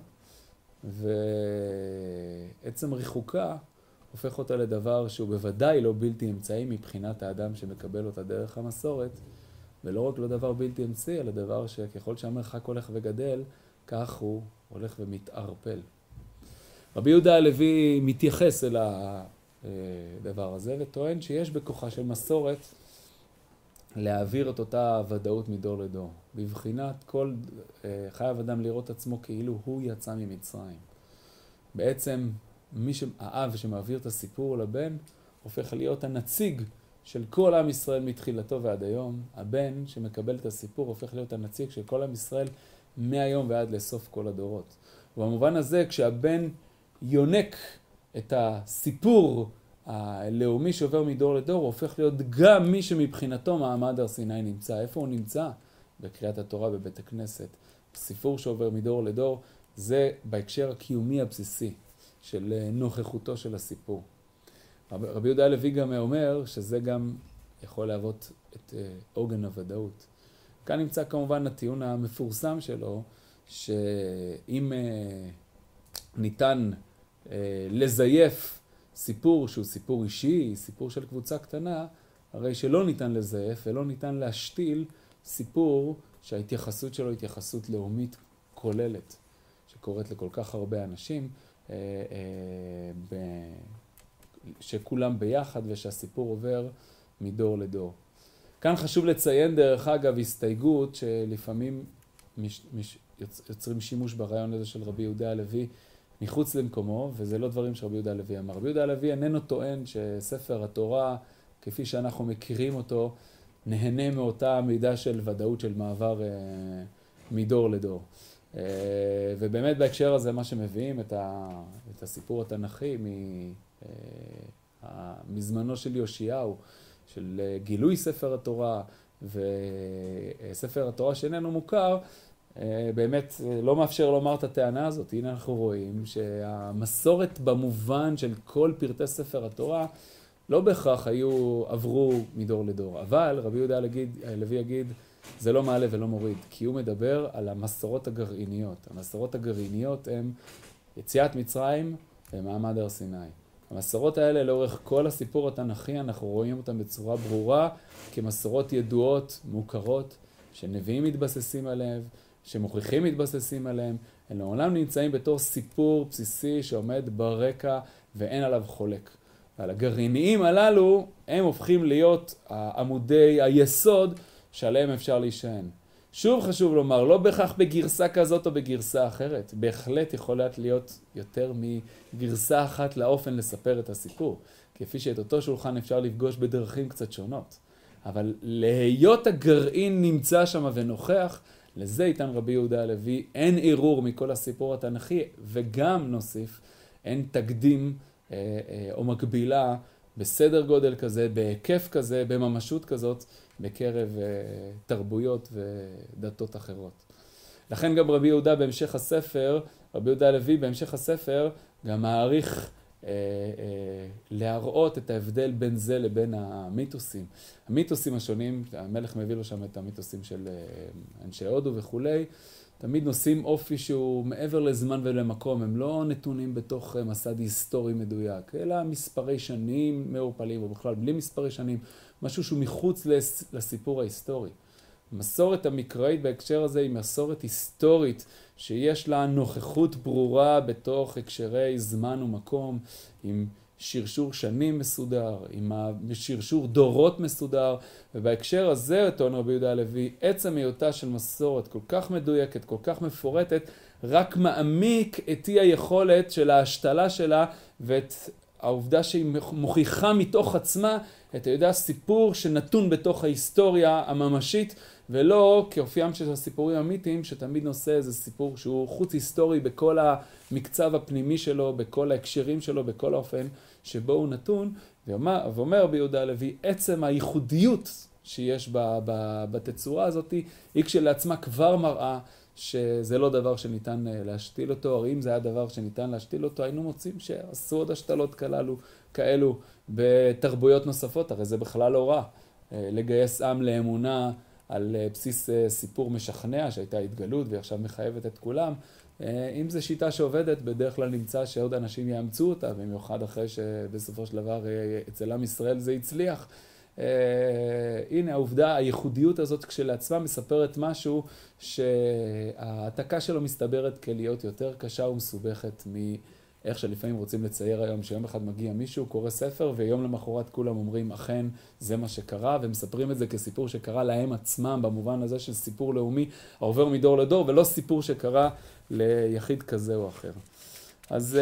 ועצם רחוקה הופך אותה לדבר שהוא בוודאי לא בלתי אמצעי מבחינת האדם שמקבל אותה דרך המסורת, ולא רק לא דבר בלתי אמצעי, אלא דבר שככל שהמרחק הולך וגדל, כך הוא הולך ומתערפל. רבי יהודה הלוי מתייחס אל הדבר הזה וטוען שיש בכוחה של מסורת להעביר את אותה ודאות מדור לדור. בבחינת כל חייב אדם לראות עצמו כאילו הוא יצא ממצרים. בעצם האב שמעביר את הסיפור לבן הופך להיות הנציג של כל עם ישראל מתחילתו ועד היום. הבן שמקבל את הסיפור הופך להיות הנציג של כל עם ישראל מהיום ועד לסוף כל הדורות. ובמובן הזה כשהבן יונק את הסיפור הלאומי שעובר מדור לדור, הוא הופך להיות גם מי שמבחינתו מעמד הר סיני נמצא. איפה הוא נמצא? בקריאת התורה בבית הכנסת. סיפור שעובר מדור לדור זה בהקשר הקיומי הבסיסי. של נוכחותו של הסיפור. רבי יהודה הלוי גם אומר שזה גם יכול להוות את עוגן הוודאות. כאן נמצא כמובן הטיעון המפורסם שלו, שאם ניתן לזייף סיפור שהוא סיפור אישי, סיפור של קבוצה קטנה, הרי שלא ניתן לזייף ולא ניתן להשתיל סיפור שההתייחסות שלו היא התייחסות לאומית כוללת, שקורית לכל כך הרבה אנשים, שכולם ביחד ושהסיפור עובר מדור לדור. כאן חשוב לציין דרך אגב הסתייגות שלפעמים יוצרים שימוש ברעיון הזה של רבי יהודה הלוי מחוץ למקומו, וזה לא דברים שרבי יהודה הלוי אמר. רבי יהודה הלוי איננו טוען שספר התורה, כפי שאנחנו מכירים אותו, נהנה מאותה מידה של ודאות של מעבר מדור לדור. ובאמת בהקשר הזה מה שמביאים את הסיפור התנ"כי מזמנו של יאשיהו, של גילוי ספר התורה, וספר התורה שאיננו מוכר, באמת לא מאפשר לומר את הטענה הזאת. הנה אנחנו רואים שהמסורת במובן של כל פרטי ספר התורה לא בהכרח עברו מדור לדור. אבל רבי יהודה הלוי יגיד, זה לא מעלה ולא מוריד, כי הוא מדבר על המסורות הגרעיניות. המסורות הגרעיניות הן יציאת מצרים ומעמד הר סיני. המסורות האלה לאורך כל הסיפור התנ"כי אנחנו רואים אותן בצורה ברורה כמסורות ידועות, מוכרות, שנביאים מתבססים עליהם, שמוכיחים מתבססים עליהם, הם לעולם נמצאים בתור סיפור בסיסי שעומד ברקע ואין עליו חולק. ועל הגרעיניים הללו הם הופכים להיות עמודי היסוד שעליהם אפשר להישען. שוב חשוב לומר, לא בהכרח בגרסה כזאת או בגרסה אחרת. בהחלט יכולת להיות יותר מגרסה אחת לאופן לספר את הסיפור. כפי שאת אותו שולחן אפשר לפגוש בדרכים קצת שונות. אבל להיות הגרעין נמצא שם ונוכח, לזה איתן רבי יהודה הלוי, אין ערעור מכל הסיפור התנ"כי, וגם נוסיף, אין תקדים או מקבילה בסדר גודל כזה, בהיקף כזה, בממשות כזאת, בקרב תרבויות ודתות אחרות. לכן גם רבי יהודה בהמשך הספר, רבי יהודה הלוי בהמשך הספר, גם מעריך להראות את ההבדל בין זה לבין המיתוסים. המיתוסים השונים, המלך מביא לו שם את המיתוסים של אנשי הודו וכולי, תמיד נושאים אופי שהוא מעבר לזמן ולמקום, הם לא נתונים בתוך מסד היסטורי מדויק, אלא מספרי שנים מעורפלים, או בכלל בלי מספרי שנים, משהו שהוא מחוץ לסיפור ההיסטורי. המסורת המקראית בהקשר הזה היא מסורת היסטורית, שיש לה נוכחות ברורה בתוך הקשרי זמן ומקום, עם שרשור שנים מסודר, עם שרשור דורות מסודר, ובהקשר הזה, טוען רבי יהודה הלוי, עצם היותה של מסורת כל כך מדויקת, כל כך מפורטת, רק מעמיק את אי היכולת של ההשתלה שלה, ואת העובדה שהיא מוכיחה מתוך עצמה, את היודע סיפור שנתון בתוך ההיסטוריה הממשית, ולא כאופיים של הסיפורים המיתיים, שתמיד נושא איזה סיפור שהוא חוץ היסטורי בכל המקצב הפנימי שלו, בכל ההקשרים שלו, בכל האופן שבו הוא נתון, ואומר רבי יהודה הלוי, עצם הייחודיות שיש בתצורה הזאת, היא כשלעצמה כבר מראה שזה לא דבר שניתן להשתיל אותו, או אם זה היה דבר שניתן להשתיל אותו, היינו מוצאים שעשו עוד השתלות כאלו בתרבויות נוספות, הרי זה בכלל לא רע. לגייס עם לאמונה על בסיס סיפור משכנע שהייתה התגלות ועכשיו מחייבת את כולם, אם זו שיטה שעובדת, בדרך כלל נמצא שעוד אנשים יאמצו אותה, במיוחד אחרי שבסופו של דבר אצל עם ישראל זה הצליח. הנה העובדה, הייחודיות הזאת כשלעצמה מספרת משהו שההעתקה שלו מסתברת כלהיות יותר קשה ומסובכת מאיך שלפעמים רוצים לצייר היום, שיום אחד מגיע מישהו, קורא ספר, ויום למחרת כולם אומרים, אכן זה מה שקרה, ומספרים את זה כסיפור שקרה להם עצמם, במובן הזה של סיפור לאומי, העובר מדור לדור, ולא סיפור שקרה ליחיד כזה או אחר. אז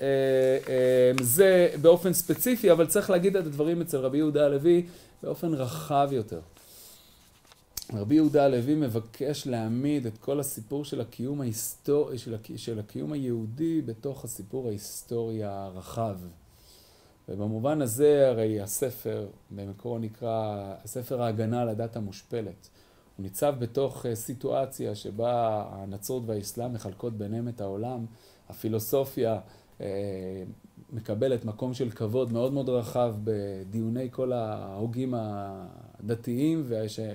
זה באופן ספציפי, אבל צריך להגיד את הדברים אצל רבי יהודה הלוי באופן רחב יותר. רבי יהודה הלוי מבקש להעמיד את כל הסיפור של הקיום ההיסטורי, של הקיום היהודי בתוך הסיפור ההיסטורי הרחב. ובמובן הזה הרי הספר, במקורו נקרא הספר ההגנה על הדת המושפלת. הוא ניצב בתוך סיטואציה שבה הנצרות והאסלאם מחלקות ביניהם את העולם, הפילוסופיה מקבלת מקום של כבוד מאוד מאוד רחב בדיוני כל ההוגים הדתיים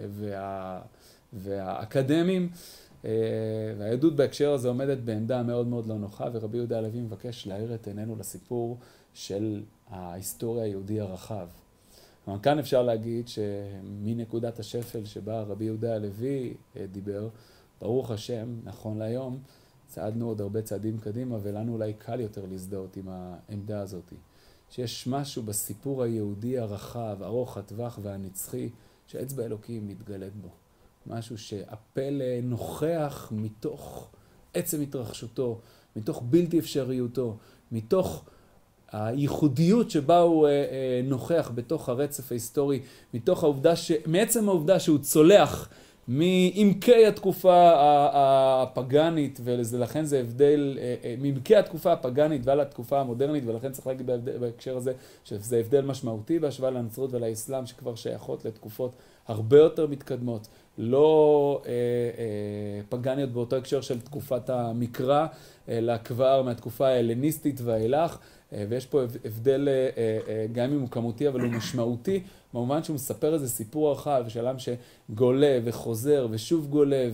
והאקדמיים, והיהדות בהקשר הזה עומדת בעמדה מאוד מאוד לא נוחה, ורבי יהודה הלוי מבקש להאיר את עינינו לסיפור של ההיסטוריה היהודי הרחב. אבל כאן אפשר להגיד שמנקודת השפל שבה רבי יהודה הלוי דיבר, ברוך השם, נכון להיום, צעדנו עוד הרבה צעדים קדימה, ולנו אולי קל יותר להזדהות עם העמדה הזאת. שיש משהו בסיפור היהודי הרחב, ארוך הטווח והנצחי, שהאצבע אלוקים מתגלית בו. משהו שהפלא נוכח מתוך עצם התרחשותו, מתוך בלתי אפשריותו, מתוך הייחודיות שבה הוא נוכח בתוך הרצף ההיסטורי, מתוך העובדה מעצם העובדה שהוא צולח מעמקי התקופה הפגנית, ולכן זה הבדל, מעמקי התקופה הפגנית ועל התקופה המודרנית, ולכן צריך להגיד בהקשר הזה שזה הבדל משמעותי בהשוואה לנצרות ולאסלאם, שכבר שייכות לתקופות הרבה יותר מתקדמות, לא פגניות באותו הקשר של תקופת המקרא, אלא כבר מהתקופה ההלניסטית והאילך, ויש פה הבדל גם אם הוא כמותי אבל הוא משמעותי, במובן שהוא מספר איזה סיפור רחב של עם שגולה וחוזר ושוב גולה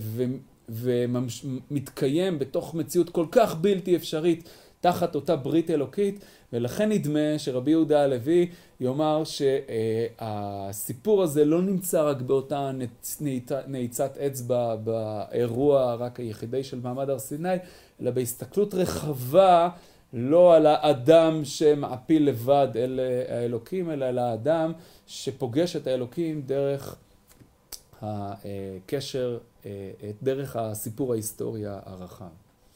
ומתקיים בתוך מציאות כל כך בלתי אפשרית תחת אותה ברית אלוקית, ולכן נדמה שרבי יהודה הלוי יאמר שהסיפור הזה לא נמצא רק באותה נעיצת אצבע באירוע רק היחידי של מעמד הר סיני, אלא בהסתכלות רחבה לא על האדם שמעפיל לבד אל האלוקים, אלא על האדם שפוגש את האלוקים דרך הקשר, דרך הסיפור ההיסטוריה הרחב.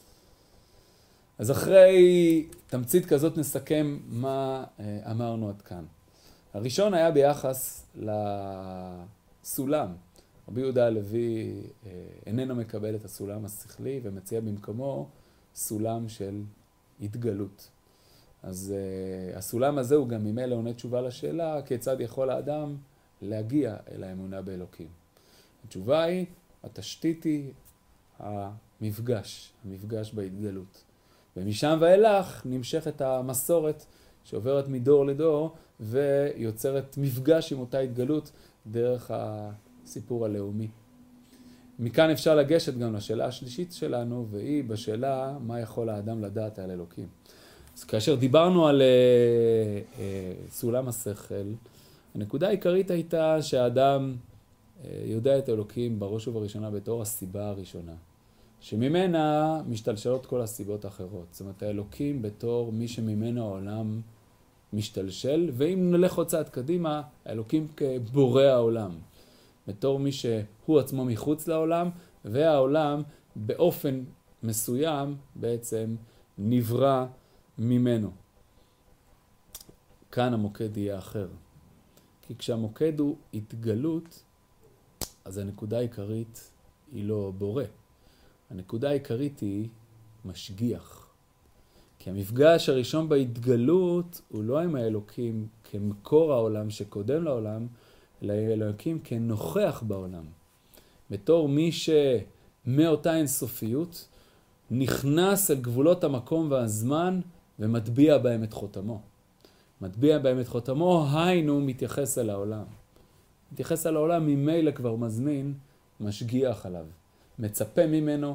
אז אחרי תמצית כזאת נסכם מה אמרנו עד כאן. הראשון היה ביחס לסולם. רבי יהודה הלוי איננו מקבל את הסולם השכלי ומציע במקומו סולם של התגלות. אז הסולם הזה הוא גם ממילא עונה תשובה לשאלה כיצד יכול האדם להגיע אל האמונה באלוקים. התשובה היא, התשתית היא המפגש בהתגלות. ומשם ואילך נמשכת המסורת שעוברת מדור לדור ויוצרת מפגש עם אותה התגלות דרך הסיפור הלאומי. מכאן אפשר לגשת גם לשאלה השלישית שלנו, והיא בשאלה מה יכול האדם לדעת על אלוקים. אז כאשר דיברנו על סולם השכל, הנקודה העיקרית הייתה שהאדם יודע את אלוקים בראש ובראשונה בתור הסיבה הראשונה, שממנה משתלשלות כל הסיבות האחרות. זאת אומרת, האלוקים בתור מי שממנו העולם משתלשל, ואם נלך עוד צעד קדימה, האלוקים כבורא העולם, בתור מי שהוא עצמו מחוץ לעולם, והעולם באופן מסוים בעצם נברא ממנו. כאן המוקד יהיה אחר. כי כשהמוקד הוא התגלות, אז הנקודה העיקרית היא לא בורא. הנקודה העיקרית היא משגיח. כי המפגש הראשון בהתגלות הוא לא עם האלוקים כמקור העולם שקודם לעולם, אלא אלוקים כנוכח בעולם. בתור מי שמאותה אינסופיות נכנס אל גבולות המקום והזמן ומטביע בהם את חותמו. מטביע בהם את חותמו, היינו מתייחס אל העולם. מתייחס אל העולם ממילא כבר מזמין, משגיח עליו. מצפה ממנו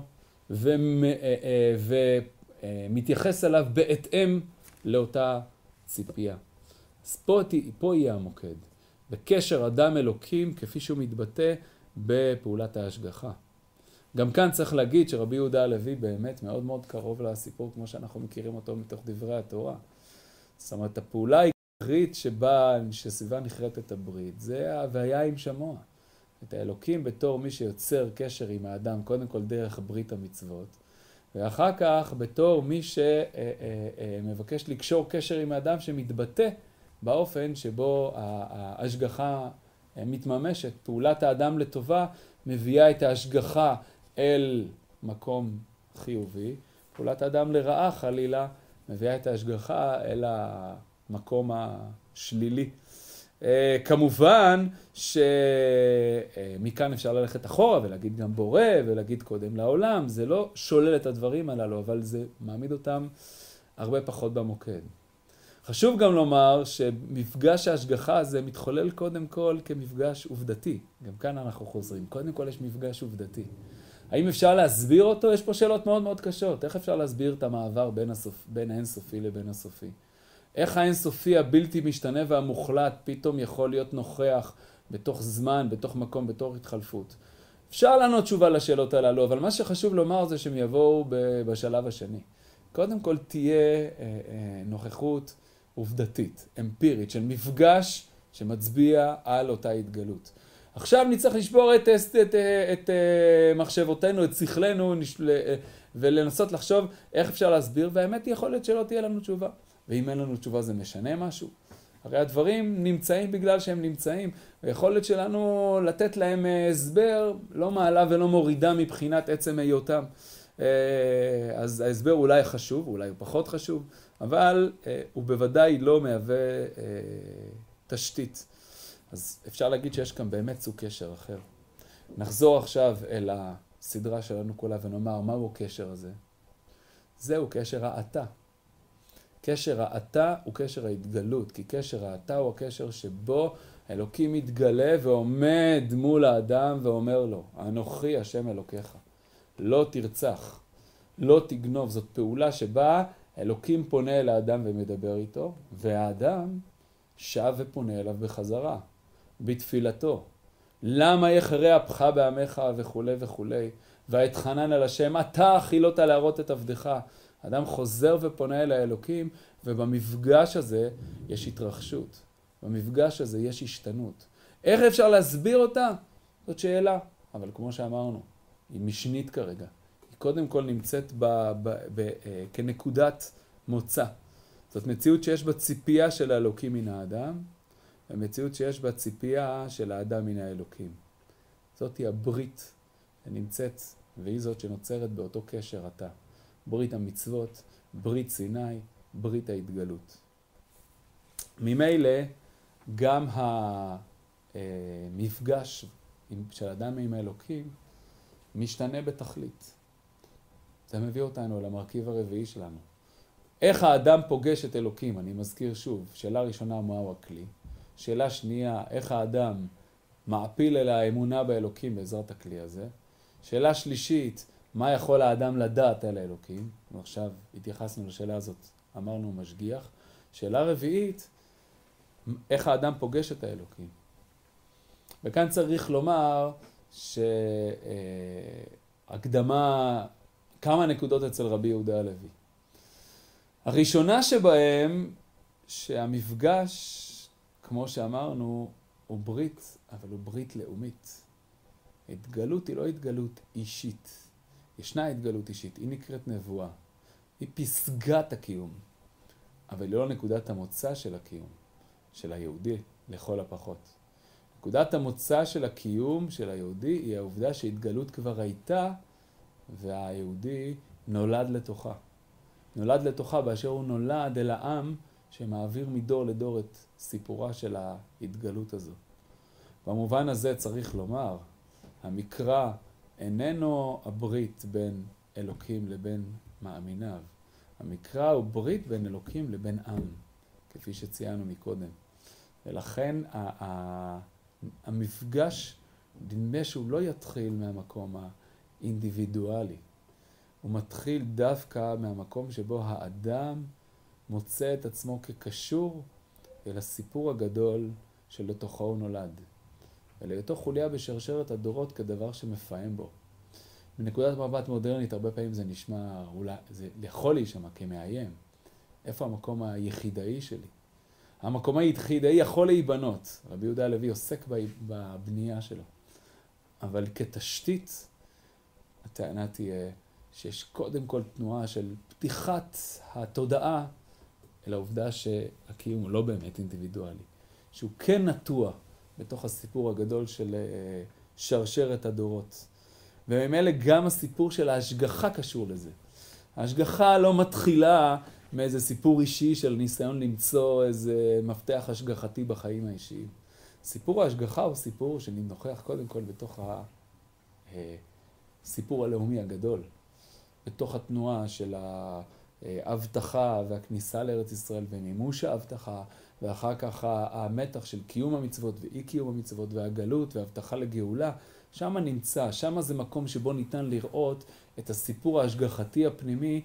ומתייחס אליו בהתאם לאותה ציפייה. אז פה יהיה המוקד. בקשר אדם אלוקים כפי שהוא מתבטא בפעולת ההשגחה. גם כאן צריך להגיד שרבי יהודה הלוי באמת מאוד מאוד קרוב לסיפור כמו שאנחנו מכירים אותו מתוך דברי התורה. זאת אומרת, הפעולה העיקרית שסביבה נחרטת הברית, זה ההוויה עם שמוע. את האלוקים בתור מי שיוצר קשר עם האדם, קודם כל דרך ברית המצוות, ואחר כך בתור מי שמבקש לקשור קשר עם האדם שמתבטא באופן שבו ההשגחה מתממשת. פעולת האדם לטובה מביאה את ההשגחה אל מקום חיובי, פעולת האדם לרעה חלילה מביאה את ההשגחה אל המקום השלילי. כמובן שמכאן אפשר ללכת אחורה ולהגיד גם בורא ולהגיד קודם לעולם, זה לא שולל את הדברים הללו, אבל זה מעמיד אותם הרבה פחות במוקד. חשוב גם לומר שמפגש ההשגחה הזה מתחולל קודם כל כמפגש עובדתי. גם כאן אנחנו חוזרים. קודם כל יש מפגש עובדתי. האם אפשר להסביר אותו? יש פה שאלות מאוד מאוד קשות. איך אפשר להסביר את המעבר בין האינסופי לבין הסופי? איך האינסופי הבלתי משתנה והמוחלט פתאום יכול להיות נוכח בתוך זמן, בתוך מקום, בתוך התחלפות? אפשר לענות תשובה לשאלות הללו, אבל מה שחשוב לומר זה שהם יבואו בשלב השני. קודם כל תהיה נוכחות עובדתית, אמפירית, של מפגש שמצביע על אותה התגלות. עכשיו נצטרך לשבור את מחשבותינו, את שכלנו, ולנסות לחשוב איך אפשר להסביר, והאמת יכול להיות שלא תהיה לנו תשובה. ואם אין לנו תשובה זה משנה משהו. הרי הדברים נמצאים בגלל שהם נמצאים, ויכולת שלנו לתת להם הסבר, לא מעלה ולא מורידה מבחינת עצם היותם. אז ההסבר אולי חשוב, אולי הוא פחות חשוב, אבל הוא בוודאי לא מהווה תשתית. אז אפשר להגיד שיש כאן באמת סוג קשר אחר. נחזור עכשיו אל הסדרה שלנו כולה ונאמר מהו הקשר הזה. זהו קשר האתה. קשר האתה הוא קשר ההתגלות, כי קשר האתה הוא הקשר שבו אלוקים מתגלה ועומד מול האדם ואומר לו, אנוכי השם אלוקיך, לא תרצח, לא תגנוב. זאת פעולה שבה אלוקים פונה אל האדם ומדבר איתו, והאדם שב ופונה אליו בחזרה, בתפילתו. למה יחרה אפך בעמך וכו' וכו', והתחנן על השם, אתה אכילות להראות את עבדך. האדם חוזר ופונה אל האלוקים, ובמפגש הזה יש התרחשות. במפגש הזה יש השתנות. איך אפשר להסביר אותה? זאת שאלה. אבל כמו שאמרנו, היא משנית כרגע. היא קודם כל נמצאת כנקודת מוצא. זאת מציאות שיש בה ציפייה של האלוקים מן האדם, ומציאות שיש בה ציפייה של האדם מן האלוקים. זאת היא הברית שנמצאת, והיא זאת שנוצרת באותו קשר אתה. ברית המצוות, ברית סיני, ברית ההתגלות. ממילא גם המפגש של אדם עם האלוקים משתנה בתכלית. זה מביא אותנו למרכיב הרביעי שלנו. איך האדם פוגש את אלוקים? אני מזכיר שוב, שאלה ראשונה, מהו הכלי? שאלה שנייה, איך האדם מעפיל אל האמונה באלוקים בעזרת הכלי הזה? שאלה שלישית, מה יכול האדם לדעת על האלוקים? ועכשיו התייחסנו לשאלה הזאת, אמרנו משגיח. שאלה רביעית, איך האדם פוגש את האלוקים? וכאן צריך לומר שהקדמה, כמה נקודות אצל רבי יהודה הלוי. הראשונה שבהם, שהמפגש, כמו שאמרנו, הוא ברית, אבל הוא ברית לאומית. התגלות היא לא התגלות אישית. ישנה התגלות אישית, היא נקראת נבואה. היא פסגת הקיום, אבל היא לא נקודת המוצא של הקיום, של היהודי, לכל הפחות. נקודת המוצא של הקיום של היהודי היא העובדה שהתגלות כבר הייתה, והיהודי נולד לתוכה. נולד לתוכה באשר הוא נולד אל העם שמעביר מדור לדור את סיפורה של ההתגלות הזו. במובן הזה צריך לומר, המקרא איננו הברית בין אלוקים לבין מאמיניו. המקרא הוא ברית בין אלוקים לבין עם, כפי שציינו מקודם. ולכן המפגש, נדמה שהוא לא יתחיל מהמקום האינדיבידואלי. הוא מתחיל דווקא מהמקום שבו האדם מוצא את עצמו כקשור אל הסיפור הגדול שלתוכו הוא נולד. ולהיותו חוליה בשרשרת הדורות כדבר שמפעם בו. מנקודת מבט מודרנית הרבה פעמים זה נשמע, אולי, זה יכול להישמע כמאיים. איפה המקום היחידאי שלי? המקום היחידאי יכול להיבנות. רבי יהודה הלוי עוסק בבנייה שלו. אבל כתשתית, הטענה תהיה שיש קודם כל תנועה של פתיחת התודעה אל העובדה שהקיום הוא לא באמת אינדיבידואלי. שהוא כן נטוע בתוך הסיפור הגדול של שרשרת הדורות. וממילא גם הסיפור של ההשגחה קשור לזה. ההשגחה לא מתחילה מאיזה סיפור אישי של ניסיון למצוא איזה מפתח השגחתי בחיים האישיים. סיפור ההשגחה הוא סיפור שנוכח קודם כל בתוך הסיפור הלאומי הגדול. בתוך התנועה של ההבטחה והכניסה לארץ ישראל ומימוש ההבטחה, ואחר כך המתח של קיום המצוות ואי קיום המצוות והגלות והבטחה לגאולה, שם נמצא, שם זה מקום שבו ניתן לראות את הסיפור ההשגחתי הפנימי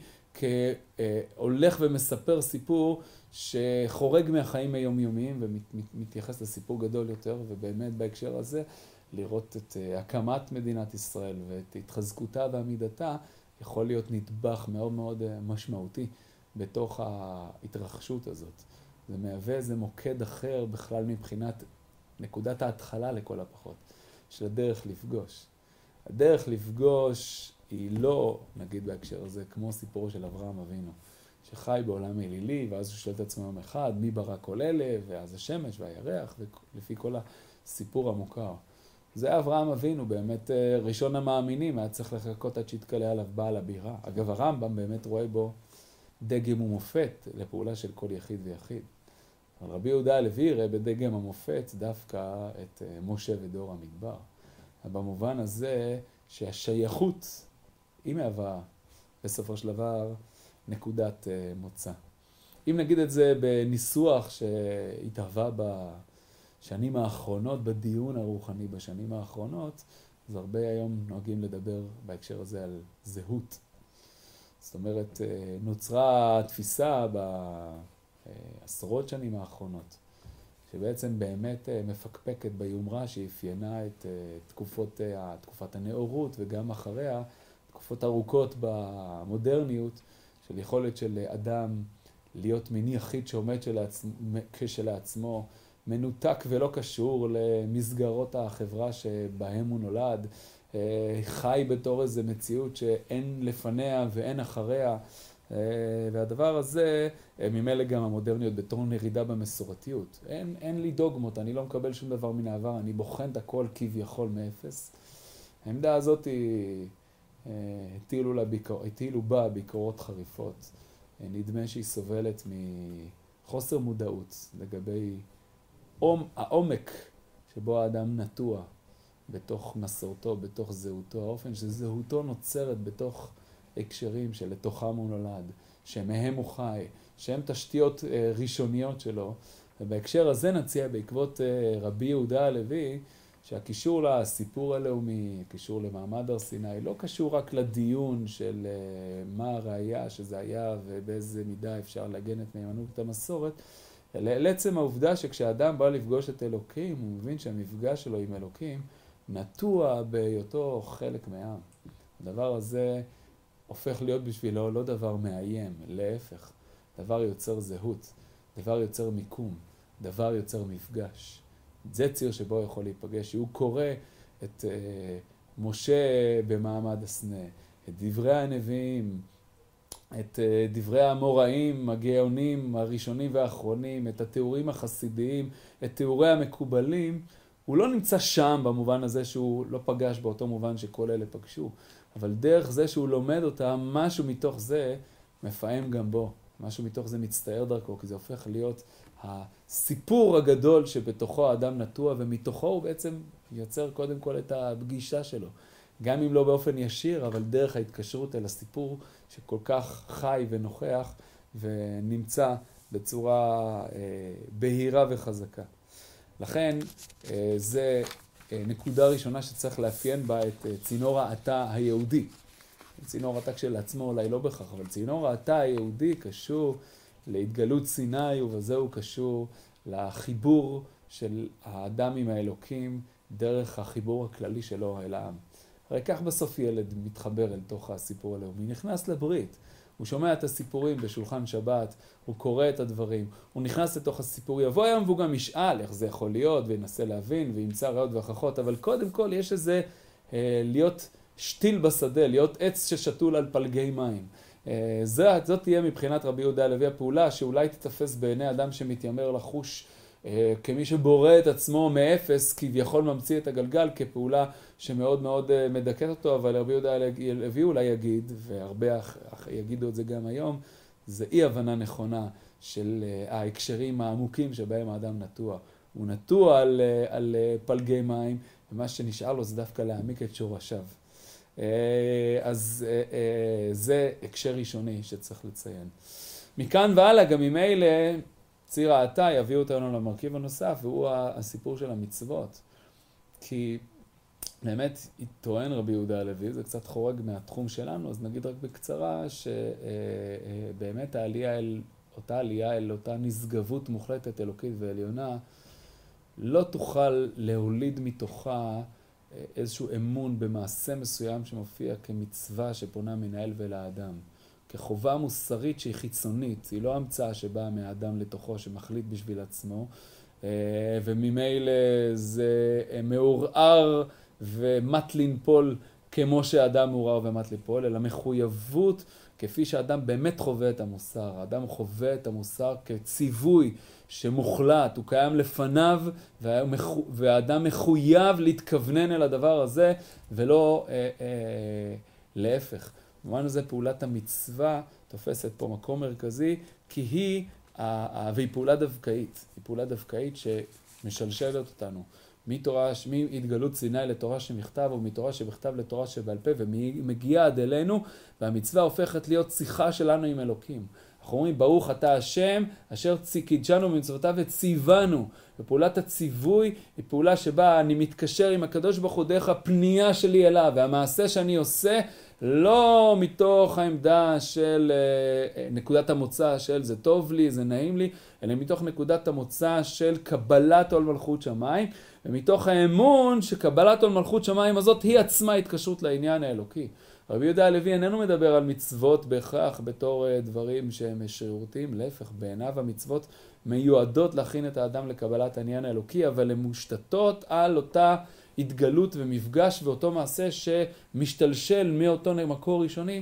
כהולך ומספר סיפור שחורג מהחיים היומיומיים ומתייחס לסיפור גדול יותר, ובאמת בהקשר הזה לראות את הקמת מדינת ישראל ואת התחזקותה ועמידתה יכול להיות נדבך מאוד מאוד משמעותי בתוך ההתרחשות הזאת. זה מהווה איזה מוקד אחר בכלל מבחינת נקודת ההתחלה לכל הפחות, של הדרך לפגוש. הדרך לפגוש היא לא, נגיד בהקשר הזה, כמו סיפורו של אברהם אבינו, שחי בעולם אלילי, ואז הוא שואל את עצמו יום אחד, מי ברא כל אלה, ואז השמש והירח, ולפי כל הסיפור המוכר. זה אברהם אבינו, באמת ראשון המאמינים, היה צריך לחכות עד שיתקלה עליו בעל הבירה. אגב, הרמב"ם באמת רואה בו דגם ומופת לפעולה של כל יחיד ויחיד. אבל רבי יהודה הלוי ראה בדגם המופת דווקא את משה ודור המדבר. במובן הזה שהשייכות היא מהווה בסופו של דבר נקודת מוצא. אם נגיד את זה בניסוח שהתהווה בשנים האחרונות, בדיון הרוחני בשנים האחרונות, אז הרבה היום נוהגים לדבר בהקשר הזה על זהות. זאת אומרת, נוצרה תפיסה בעשרות שנים האחרונות, שבעצם באמת מפקפקת ביומרה שאפיינה את תקופת הנאורות וגם אחריה, תקופות ארוכות במודרניות, של יכולת של אדם להיות מיני יחיד שעומד כשלעצמו, מנותק ולא קשור למסגרות החברה שבהם הוא נולד, חי בתור איזו מציאות שאין לפניה ואין אחריה, והדבר הזה, ממילא גם המודרניות בתור נרידה במסורתיות. אין לי דוגמות, אני לא מקבל שום דבר מן העבר, אני בוחן את הכל כביכול מאפס. העמדה הזאת הטילו בה ביקורות חריפות. נדמה שהיא סובלת מחוסר מודעות לגבי העומק שבו האדם נטוע בתוך מסורתו, בתוך זהותו, האופן שזהותו נוצרת בתוך הקשרים שלתוכם הוא נולד, שמהם הוא חי, שהם תשתיות ראשוניות שלו. ובהקשר הזה נציע בעקבות רבי יהודה הלוי, שהקישור לסיפור הלאומי, הקישור למעמד הר סיני, לא קשור רק לדיון של מה הראייה שזה היה ובאיזה מידה אפשר להגן את מהימנות המסורת, אלא לעצם העובדה שכשאדם בא לפגוש את אלוקים, הוא מבין שהמפגש שלו עם אלוקים נטוע בהיותו חלק מהעם. הדבר הזה הופך להיות בשבילו לא דבר מאיים, להפך. דבר יוצר זהות, דבר יוצר מיקום, דבר יוצר מפגש. זה ציר שבו יכול להיפגש. הוא קורא את משה במעמד הסנה, את דברי הנביאים, את דברי האמוראים, הגאונים הראשונים והאחרונים, את התיאורים החסידיים, את תיאורי המקובלים. הוא לא נמצא שם במובן הזה שהוא לא פגש באותו מובן שכל אלה פגשו, אבל דרך זה שהוא לומד אותה, משהו מתוך זה מפעם גם בו, משהו מתוך זה מצטער דרכו, כי זה הופך להיות הסיפור הגדול שבתוכו האדם נטוע, ומתוכו הוא בעצם יוצר קודם כל את הפגישה שלו. גם אם לא באופן ישיר, אבל דרך ההתקשרות אל הסיפור שכל כך חי ונוכח ונמצא בצורה בהירה וחזקה. לכן זה נקודה ראשונה שצריך לאפיין בה את צינור העתה היהודי. צינור העתה כשלעצמו אולי לא בכך, אבל צינור העתה היהודי קשור להתגלות סיני, ובזהו קשור לחיבור של האדם עם האלוקים דרך החיבור הכללי שלו אל העם. הרי כך בסוף ילד מתחבר אל תוך הסיפור הלאומי, נכנס לברית. הוא שומע את הסיפורים בשולחן שבת, הוא קורא את הדברים, הוא נכנס לתוך הסיפור, יבוא היום והוא גם ישאל איך זה יכול להיות, וינסה להבין, וימצא ראיות והוכחות, אבל קודם כל יש איזה להיות שתיל בשדה, להיות עץ ששתול על פלגי מים. זאת תהיה מבחינת רבי יהודה הלוי הפעולה, שאולי תתפס בעיני אדם שמתיימר לחוש כמי שבורא את עצמו מאפס, כביכול ממציא את הגלגל, כפעולה שמאוד מאוד מדכאת אותו, אבל רבי יהודה הלוי אולי יגיד, והרבה יגידו את זה גם היום, זה אי הבנה נכונה של ההקשרים העמוקים שבהם האדם נטוע. הוא נטוע על פלגי מים, ומה שנשאר לו זה דווקא להעמיק את שורשיו. אז זה הקשר ראשוני שצריך לציין. מכאן והלאה, גם ממילא ציר העתה יביאו אותנו למרכיב הנוסף, והוא הסיפור של המצוות. כי באמת טוען רבי יהודה הלוי, זה קצת חורג מהתחום שלנו, אז נגיד רק בקצרה שבאמת אותה עלייה אל אותה נשגבות מוחלטת אלוקית ועליונה, לא תוכל להוליד מתוכה איזשהו אמון במעשה מסוים שמופיע כמצווה שפונה מן האל ולאדם. כחובה מוסרית שהיא חיצונית, היא לא המצאה שבאה מהאדם לתוכו שמחליט בשביל עצמו, וממילא זה מעורער ומט לנפול כמו שהאדם מעורער ומט ליפול, אלא מחויבות כפי שהאדם באמת חווה את המוסר. האדם חווה את המוסר כציווי שמוחלט, הוא קיים לפניו, והאדם מחויב להתכוונן אל הדבר הזה, ולא להפך. במובן הזה פעולת המצווה תופסת פה מקום מרכזי, כי והיא פעולה דווקאית. היא פעולה דווקאית שמשלשלת אותנו. מהתגלות סיני לתורה שמכתב, ומתורה שבכתב לתורה שבעל פה, ומגיעה עד אלינו, והמצווה הופכת להיות שיחה שלנו עם אלוקים. אנחנו אומרים, ברוך אתה השם, אשר קידשנו במצוותיו וציוונו. ופעולת הציווי היא פעולה שבה אני מתקשר עם הקדוש ברוך הוא דרך הפנייה שלי אליו, והמעשה שאני עושה לא מתוך העמדה של נקודת המוצא של זה טוב לי, זה נעים לי, אלא מתוך נקודת המוצא של קבלת עול מלכות שמיים, ומתוך האמון שקבלת עול מלכות שמיים הזאת היא עצמה התקשרות לעניין האלוקי. רבי יהודה הלוי איננו מדבר על מצוות בהכרח בתור דברים שהם שרירותיים, להפך, בעיניו המצוות מיועדות להכין את האדם לקבלת העניין האלוקי, אבל הן מושתתות על אותה התגלות ומפגש ואותו מעשה שמשתלשל מאותו מקור ראשוני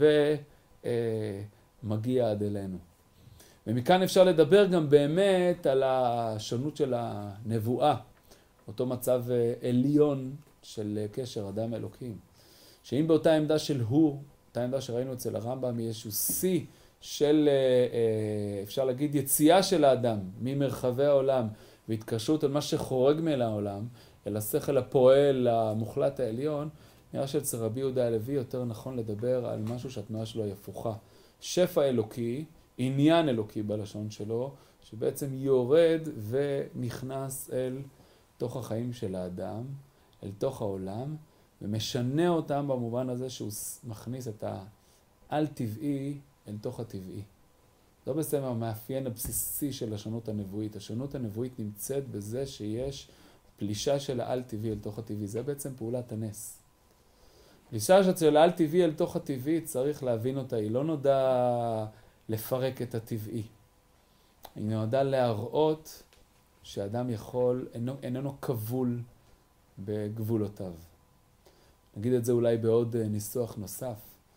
ומגיע עד אלינו. ומכאן אפשר לדבר גם באמת על השונות של הנבואה, אותו מצב עליון של קשר אדם אלוקים. שאם באותה עמדה של אותה עמדה שראינו אצל הרמב"ם, יש שיא של, אפשר להגיד, יציאה של האדם ממרחבי העולם והתקשרות על מה שחורג מאל העולם, אל השכל הפועל המוחלט העליון, נראה שאצל רבי יהודה הלוי יותר נכון לדבר על משהו שהתנועה שלו היא הפוכה. שפע אלוקי, עניין אלוקי בלשון שלו, שבעצם יורד ונכנס אל תוך החיים של האדם, אל תוך העולם, ומשנה אותם במובן הזה שהוא מכניס את העל טבעי אל תוך הטבעי. לא בסדר המאפיין הבסיסי של השונות הנבואית. השונות הנבואית נמצאת בזה שיש פלישה של העל טבעי אל תוך הטבעי. זה בעצם פעולת הנס. פלישה של העל טבעי אל תוך הטבעי צריך להבין אותה. היא לא נועדה לפרק את הטבעי. היא נועדה להראות שאדם איננו כבול בגבולותיו. נגיד את זה אולי בעוד ניסוח נוסף.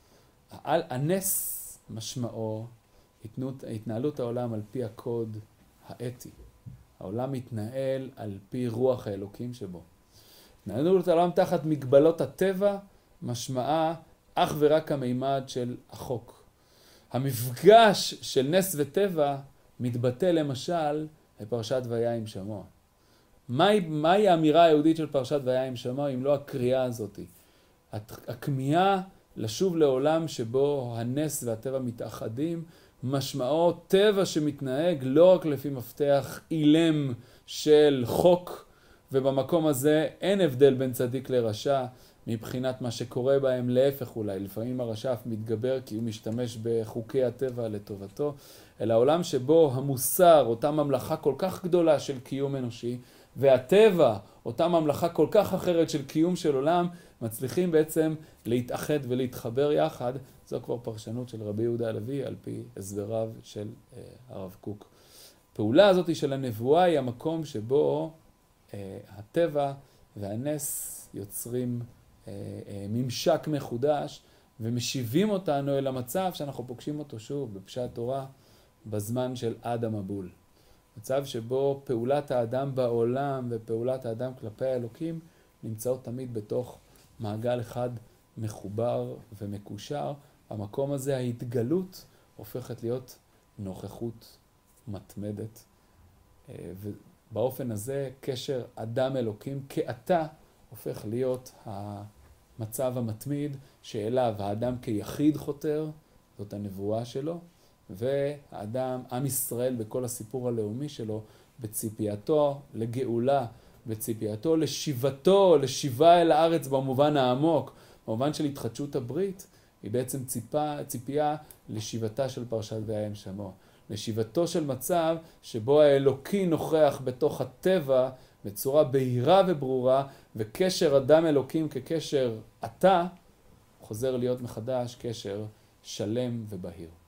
הנס משמעו התנהלות העולם על פי הקוד האתי. העולם מתנהל על פי רוח האלוקים שבו. התנהלות העולם תחת מגבלות הטבע משמעה אך ורק המימד של החוק. המפגש של נס וטבע מתבטא למשל בפרשת והיה עם שמוע. מהי האמירה היהודית של פרשת והיה עם שמוע אם לא הקריאה הזאת? הכמיהה לשוב לעולם שבו הנס והטבע מתאחדים, משמעו טבע שמתנהג לא רק לפי מפתח אילם של חוק, ובמקום הזה אין הבדל בין צדיק לרשע מבחינת מה שקורה בהם, להפך אולי, לפעמים הרשע אף מתגבר כי הוא משתמש בחוקי הטבע לטובתו, אלא העולם שבו המוסר, אותה ממלכה כל כך גדולה של קיום אנושי, והטבע, אותה ממלכה כל כך אחרת של קיום של עולם, מצליחים בעצם להתאחד ולהתחבר יחד. זו כבר פרשנות של רבי יהודה הלוי על פי הסבריו של הרב קוק. הפעולה הזאת של הנבואה היא המקום שבו הטבע והנס יוצרים ממשק מחודש ומשיבים אותנו אל המצב שאנחנו פוגשים אותו שוב בפשט תורה בזמן של אדם מבול. מצב שבו פעולת האדם בעולם ופעולת האדם כלפי האלוקים נמצאות תמיד בתוך מעגל אחד מחובר ומקושר. המקום הזה, ההתגלות, הופכת להיות נוכחות מתמדת. ובאופן הזה, קשר אדם אלוקים כאתה הופך להיות המצב המתמיד שאליו האדם כיחיד חותר, זאת הנבואה שלו, והאדם, עם ישראל בכל הסיפור הלאומי שלו, בציפייתו לגאולה, בציפייתו לשיבתו, לשיבה אל הארץ במובן העמוק, במובן של התחדשות הברית, היא בעצם ציפייה לשיבתה של פרשת ויהם שמוע. לשיבתו של מצב שבו האלוקי נוכח בתוך הטבע בצורה בהירה וברורה, וקשר אדם אלוקים כקשר אתה, חוזר להיות מחדש קשר שלם ובהיר.